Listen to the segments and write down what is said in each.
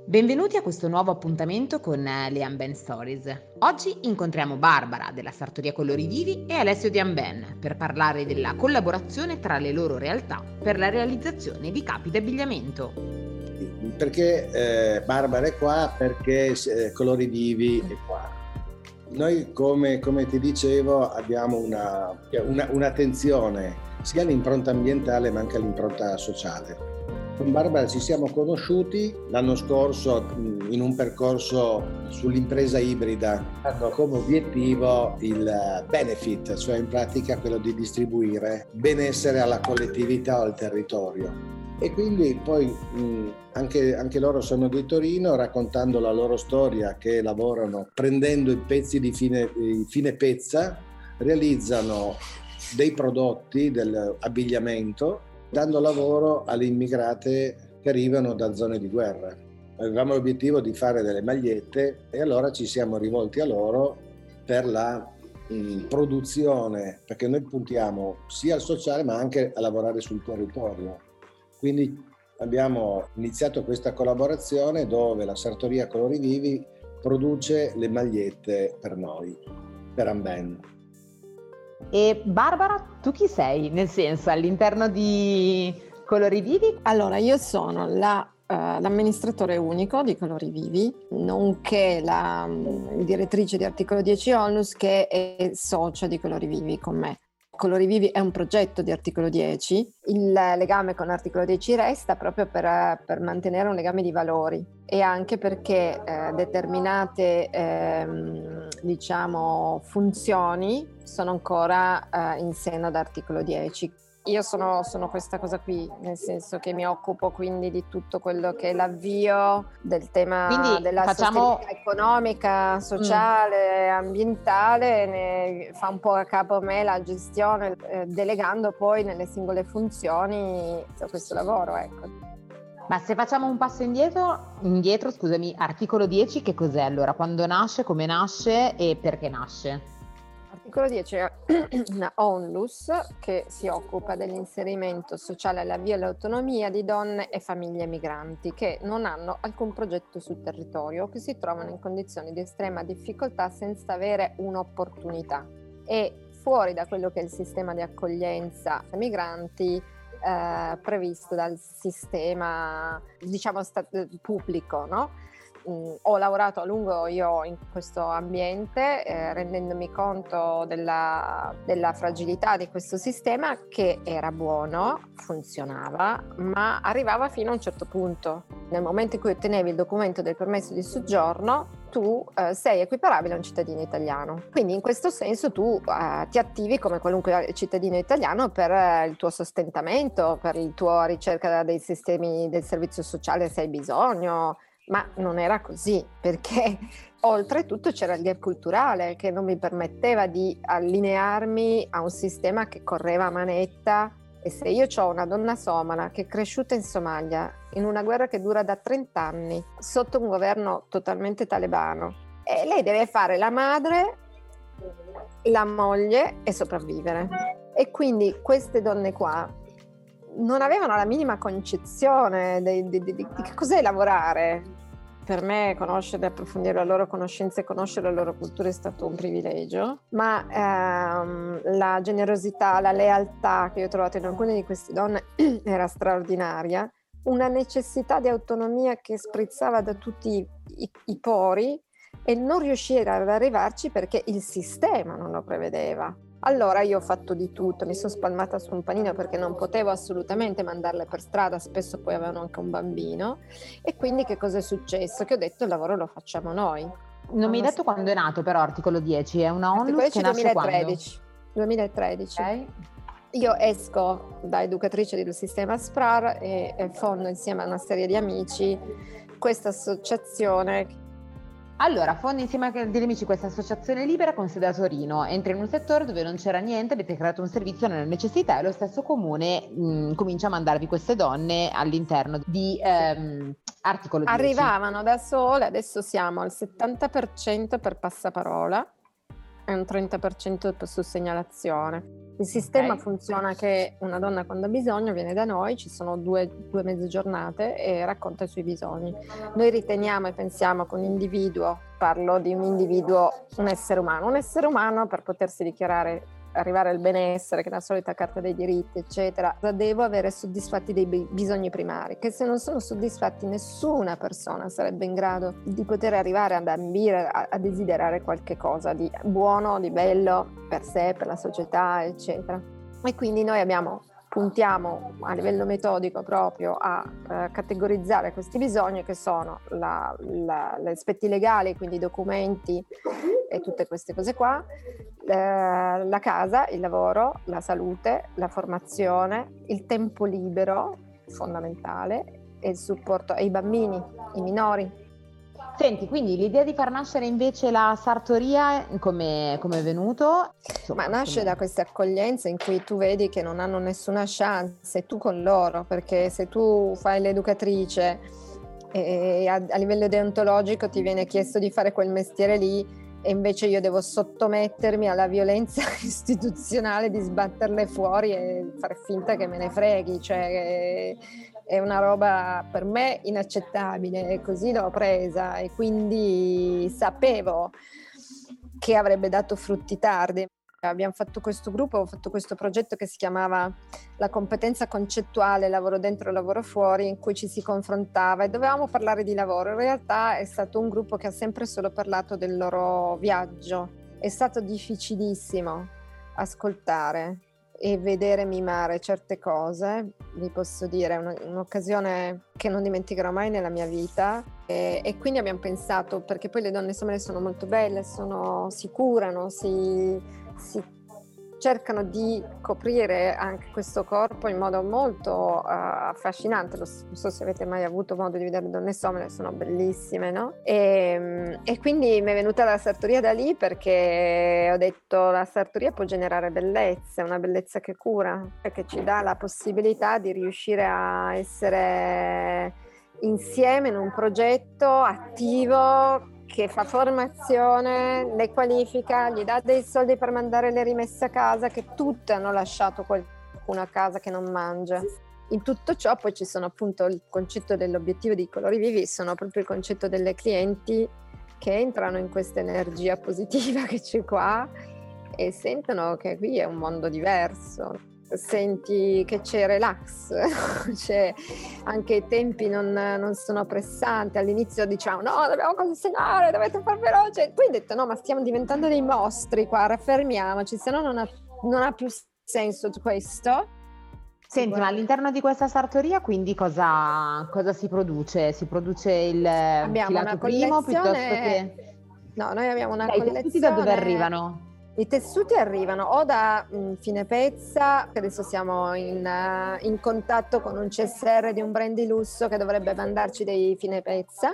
Benvenuti a questo nuovo appuntamento con le Amben Stories. Oggi incontriamo Barbara della Sartoria Colori Vivi e Alessio di Amben per parlare della collaborazione tra le loro realtà per la realizzazione di capi d'abbigliamento. Perché Barbara è qua? Perché Colori Vivi è qua. Noi, come ti dicevo, abbiamo un'attenzione sia all'impronta ambientale ma anche all'impronta sociale. Con Barbara ci siamo conosciuti l'anno scorso in un percorso sull'impresa ibrida, hanno come obiettivo il benefit, cioè in pratica quello di distribuire benessere alla collettività o al territorio. E quindi poi anche loro sono di Torino, raccontando la loro storia, che lavorano prendendo i pezzi di fine pezza, realizzano dei prodotti dell'abbigliamento, dando lavoro alle immigrate che arrivano da zone di guerra. Avevamo l'obiettivo di fare delle magliette e allora ci siamo rivolti a loro per la produzione, perché noi puntiamo sia al sociale ma anche a lavorare sul territorio. Quindi abbiamo iniziato questa collaborazione dove la Sartoria Colori Vivi produce le magliette per noi, per Amben. E Barbara, tu chi sei? Nel senso, all'interno di Colori Vivi? Allora, io sono l'amministratore unico di Colori Vivi, nonché la direttrice di Articolo 10 Onlus, che è socia di Colori Vivi con me. Colori Vivi è un progetto di Articolo 10, il legame con Articolo 10 resta proprio per mantenere un legame di valori e anche perché determinate funzioni sono ancora in seno ad Articolo 10. Io sono questa cosa qui, nel senso che mi occupo quindi di tutto quello che è l'avvio del tema della sostenibilità economica, sociale, ambientale, ne fa un po' a capo a me la gestione, delegando poi nelle singole funzioni questo lavoro, ecco. Ma se facciamo un passo indietro, Articolo 10 che cos'è allora? Quando nasce, come nasce e perché nasce? Articolo 10 è una onlus che si occupa dell'inserimento sociale all'avvio e all'autonomia di donne e famiglie migranti che non hanno alcun progetto sul territorio o che si trovano in condizioni di estrema difficoltà senza avere un'opportunità. E fuori da quello che è il sistema di accoglienza ai migranti previsto dal sistema, pubblico, no? Ho lavorato a lungo io in questo ambiente rendendomi conto della fragilità di questo sistema, che era buono, funzionava, ma arrivava fino a un certo punto. Nel momento in cui ottenevi il documento del permesso di soggiorno, tu sei equiparabile a un cittadino italiano. Quindi in questo senso tu ti attivi come qualunque cittadino italiano per il tuo sostentamento, per la tua ricerca dei sistemi del servizio sociale se hai bisogno. Ma non era così, perché oltretutto c'era il gap culturale che non mi permetteva di allinearmi a un sistema che correva a manetta. E se io ho una donna somala che è cresciuta in Somalia in una guerra che dura da 30 anni sotto un governo totalmente talebano, e lei deve fare la madre, la moglie e sopravvivere, e quindi queste donne qua non avevano la minima concezione di che cos'è lavorare. Per me conoscere e approfondire la loro conoscenza e conoscere la loro cultura è stato un privilegio, ma la generosità, la lealtà che io ho trovato in alcune di queste donne era straordinaria, una necessità di autonomia che sprizzava da tutti i pori e non riuscire ad arrivarci perché il sistema non lo prevedeva. Allora io ho fatto di tutto, mi sono spalmata su un panino perché non potevo assolutamente mandarle per strada, spesso poi avevano anche un bambino, e quindi che cosa è successo? Che ho detto il lavoro lo facciamo noi. Non mi hai detto quando è nato però Articolo 10, è una onlus che nasce 2013. 2013. Okay. Io esco da educatrice del sistema SPRAR e fondo insieme a una serie di amici questa associazione. Allora, fondi insieme a degli amici questa associazione libera con sede a Torino, entri in un settore dove non c'era niente, avete creato un servizio nella necessità e lo stesso comune comincia a mandarvi queste donne all'interno di Articolo 10. Arrivavano da sole, adesso siamo al 70% per passaparola e un 30% su segnalazione. Il sistema Ok. funziona che una donna quando ha bisogno viene da noi, ci sono due mezze giornate e racconta i suoi bisogni. Noi riteniamo e pensiamo che un individuo, parlo di un individuo, un essere umano per potersi dichiarare, arrivare al benessere, che è la solita carta dei diritti, eccetera, devo avere soddisfatti dei bisogni primari, che se non sono soddisfatti nessuna persona sarebbe in grado di poter arrivare ad ambire, a desiderare qualche cosa di buono, di bello per sé, per la società, eccetera. E quindi noi puntiamo a livello metodico proprio a categorizzare questi bisogni, che sono gli aspetti legali, quindi i documenti e tutte queste cose qua, la casa, il lavoro, la salute, la formazione, il tempo libero, fondamentale, e il supporto ai bambini, ai minori. Senti, quindi l'idea di far nascere invece la sartoria come è venuto? Insomma, Ma nasce come- da queste accoglienze in cui tu vedi che non hanno nessuna chance, e tu con loro, perché se tu fai l'educatrice e a livello deontologico ti viene chiesto di fare quel mestiere lì, e invece io devo sottomettermi alla violenza istituzionale di sbatterle fuori e far finta che me ne freghi, cioè è una roba per me inaccettabile, e così l'ho presa, e quindi sapevo che avrebbe dato frutti tardi. Abbiamo fatto questo gruppo, ho fatto questo progetto che si chiamava La competenza concettuale, lavoro dentro e lavoro fuori, in cui ci si confrontava e dovevamo parlare di lavoro. In realtà è stato un gruppo che ha sempre solo parlato del loro viaggio. È stato difficilissimo ascoltare e vedere mimare certe cose, vi posso dire, è un'occasione che non dimenticherò mai nella mia vita, e quindi abbiamo pensato, perché poi le donne somale sono molto belle, si curano, si cercano di coprire anche questo corpo in modo molto affascinante. Non so se avete mai avuto modo di vedere donne somale, sono bellissime, no? E quindi mi è venuta la sartoria da lì, perché ho detto la sartoria può generare bellezza, una bellezza che cura, che ci dà la possibilità di riuscire a essere insieme in un progetto attivo che fa formazione, le qualifica, gli dà dei soldi per mandare le rimesse a casa, che tutte hanno lasciato qualcuno a casa che non mangia. In tutto ciò poi ci sono appunto il concetto dell'obiettivo di Colori Vivi, sono proprio il concetto delle clienti che entrano in questa energia positiva che c'è qua e sentono che qui è un mondo diverso. Senti che c'è relax, c'è anche i tempi non sono pressanti. All'inizio diciamo no, dobbiamo consegnare, dovete far veloce, poi ho detto no, ma stiamo diventando dei mostri qua, fermiamoci, se no non ha più senso questo. Senti, ma all'interno di questa sartoria quindi cosa si produce? Si produce il Abbiamo una filato primo piuttosto collezione. che... No, noi abbiamo una I tessuti da dove collezione. arrivano? I tessuti arrivano o da Fine Pezza, che adesso siamo in contatto con un CSR di un brand di lusso che dovrebbe mandarci dei Fine Pezza,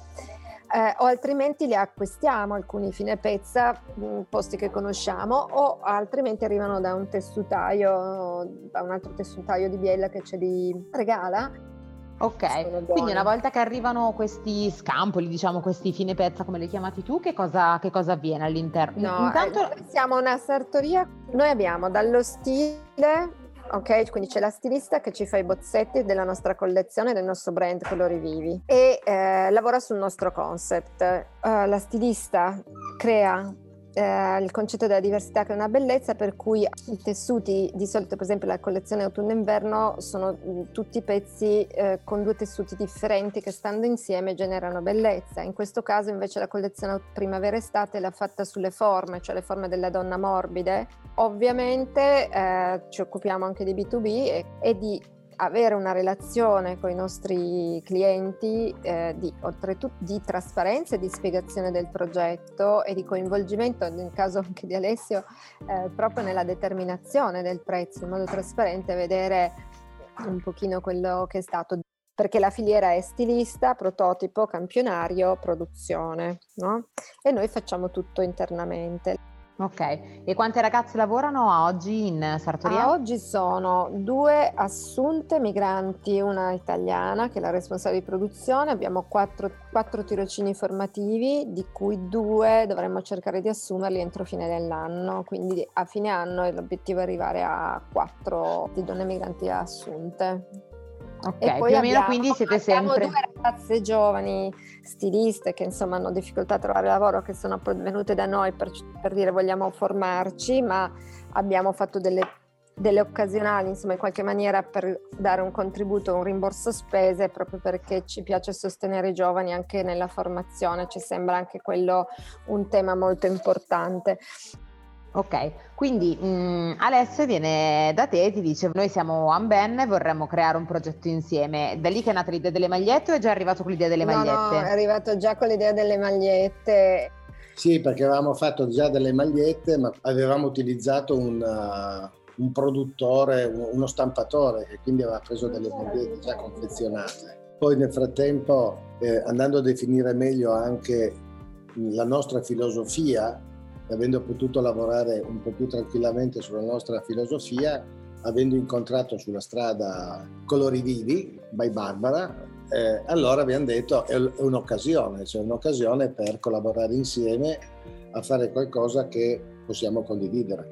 o altrimenti li acquistiamo, alcuni Fine Pezza, posti che conosciamo, o altrimenti arrivano da un tessutaio, da un altro tessutaio di Biella che ce li regala. Sono Ok, buoni. quindi una volta che arrivano questi scampoli, diciamo questi fine pezza come li chiamati tu, che cosa avviene all'interno? No, Intanto siamo una sartoria, noi abbiamo dallo stile, ok, quindi c'è la stilista che ci fa i bozzetti della nostra collezione, del nostro brand Colori Vivi, e lavora sul nostro concept. La stilista crea il concetto della diversità, che è una bellezza, per cui i tessuti, di solito per esempio la collezione autunno-inverno, sono tutti pezzi con due tessuti differenti che stando insieme generano bellezza. In questo caso invece la collezione primavera-estate l'ha fatta sulle forme, cioè le forme della donna morbide. Ovviamente ci occupiamo anche di B2B e di avere una relazione con i nostri clienti oltretutto di trasparenza e di spiegazione del progetto e di coinvolgimento, nel caso anche di Alessio, proprio nella determinazione del prezzo, in modo trasparente, vedere un pochino quello che è stato, perché la filiera è stilista, prototipo, campionario, produzione, no? E noi facciamo tutto internamente. Ok, e quante ragazze lavorano a oggi in sartoria? Oggi sono 2 assunte migranti, una italiana che è la responsabile di produzione, abbiamo 4 tirocini formativi, di cui 2 dovremmo cercare di assumerli entro fine dell'anno, quindi a fine anno l'obiettivo è arrivare a 4 di donne migranti assunte. Ok, E poi più o meno quindi siete abbiamo sempre... 2 ragazze giovani stiliste che insomma hanno difficoltà a trovare lavoro, che sono venute da noi per dire vogliamo formarci, ma abbiamo fatto delle occasionali, insomma, in qualche maniera per dare un contributo, un rimborso spese, proprio perché ci piace sostenere i giovani anche nella formazione, ci sembra anche quello un tema molto importante. Ok, quindi Alessio viene da te e ti dice: noi siamo Amben e vorremmo creare un progetto insieme. Da lì che è nata l'idea delle magliette o è già arrivato con l'idea delle magliette? No, è arrivato già con l'idea delle magliette. Sì, perché avevamo fatto già delle magliette, ma avevamo utilizzato un produttore, uno stampatore che quindi aveva preso delle magliette già confezionate. Poi nel frattempo, andando a definire meglio anche la nostra filosofia, avendo potuto lavorare un po' più tranquillamente sulla nostra filosofia, avendo incontrato sulla strada Colori Vivi by Barbara, allora abbiamo detto è un'occasione, cioè un'occasione per collaborare insieme a fare qualcosa che possiamo condividere.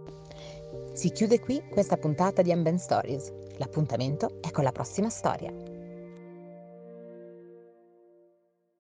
Si chiude qui questa puntata di Amben Stories. L'appuntamento è con la prossima storia.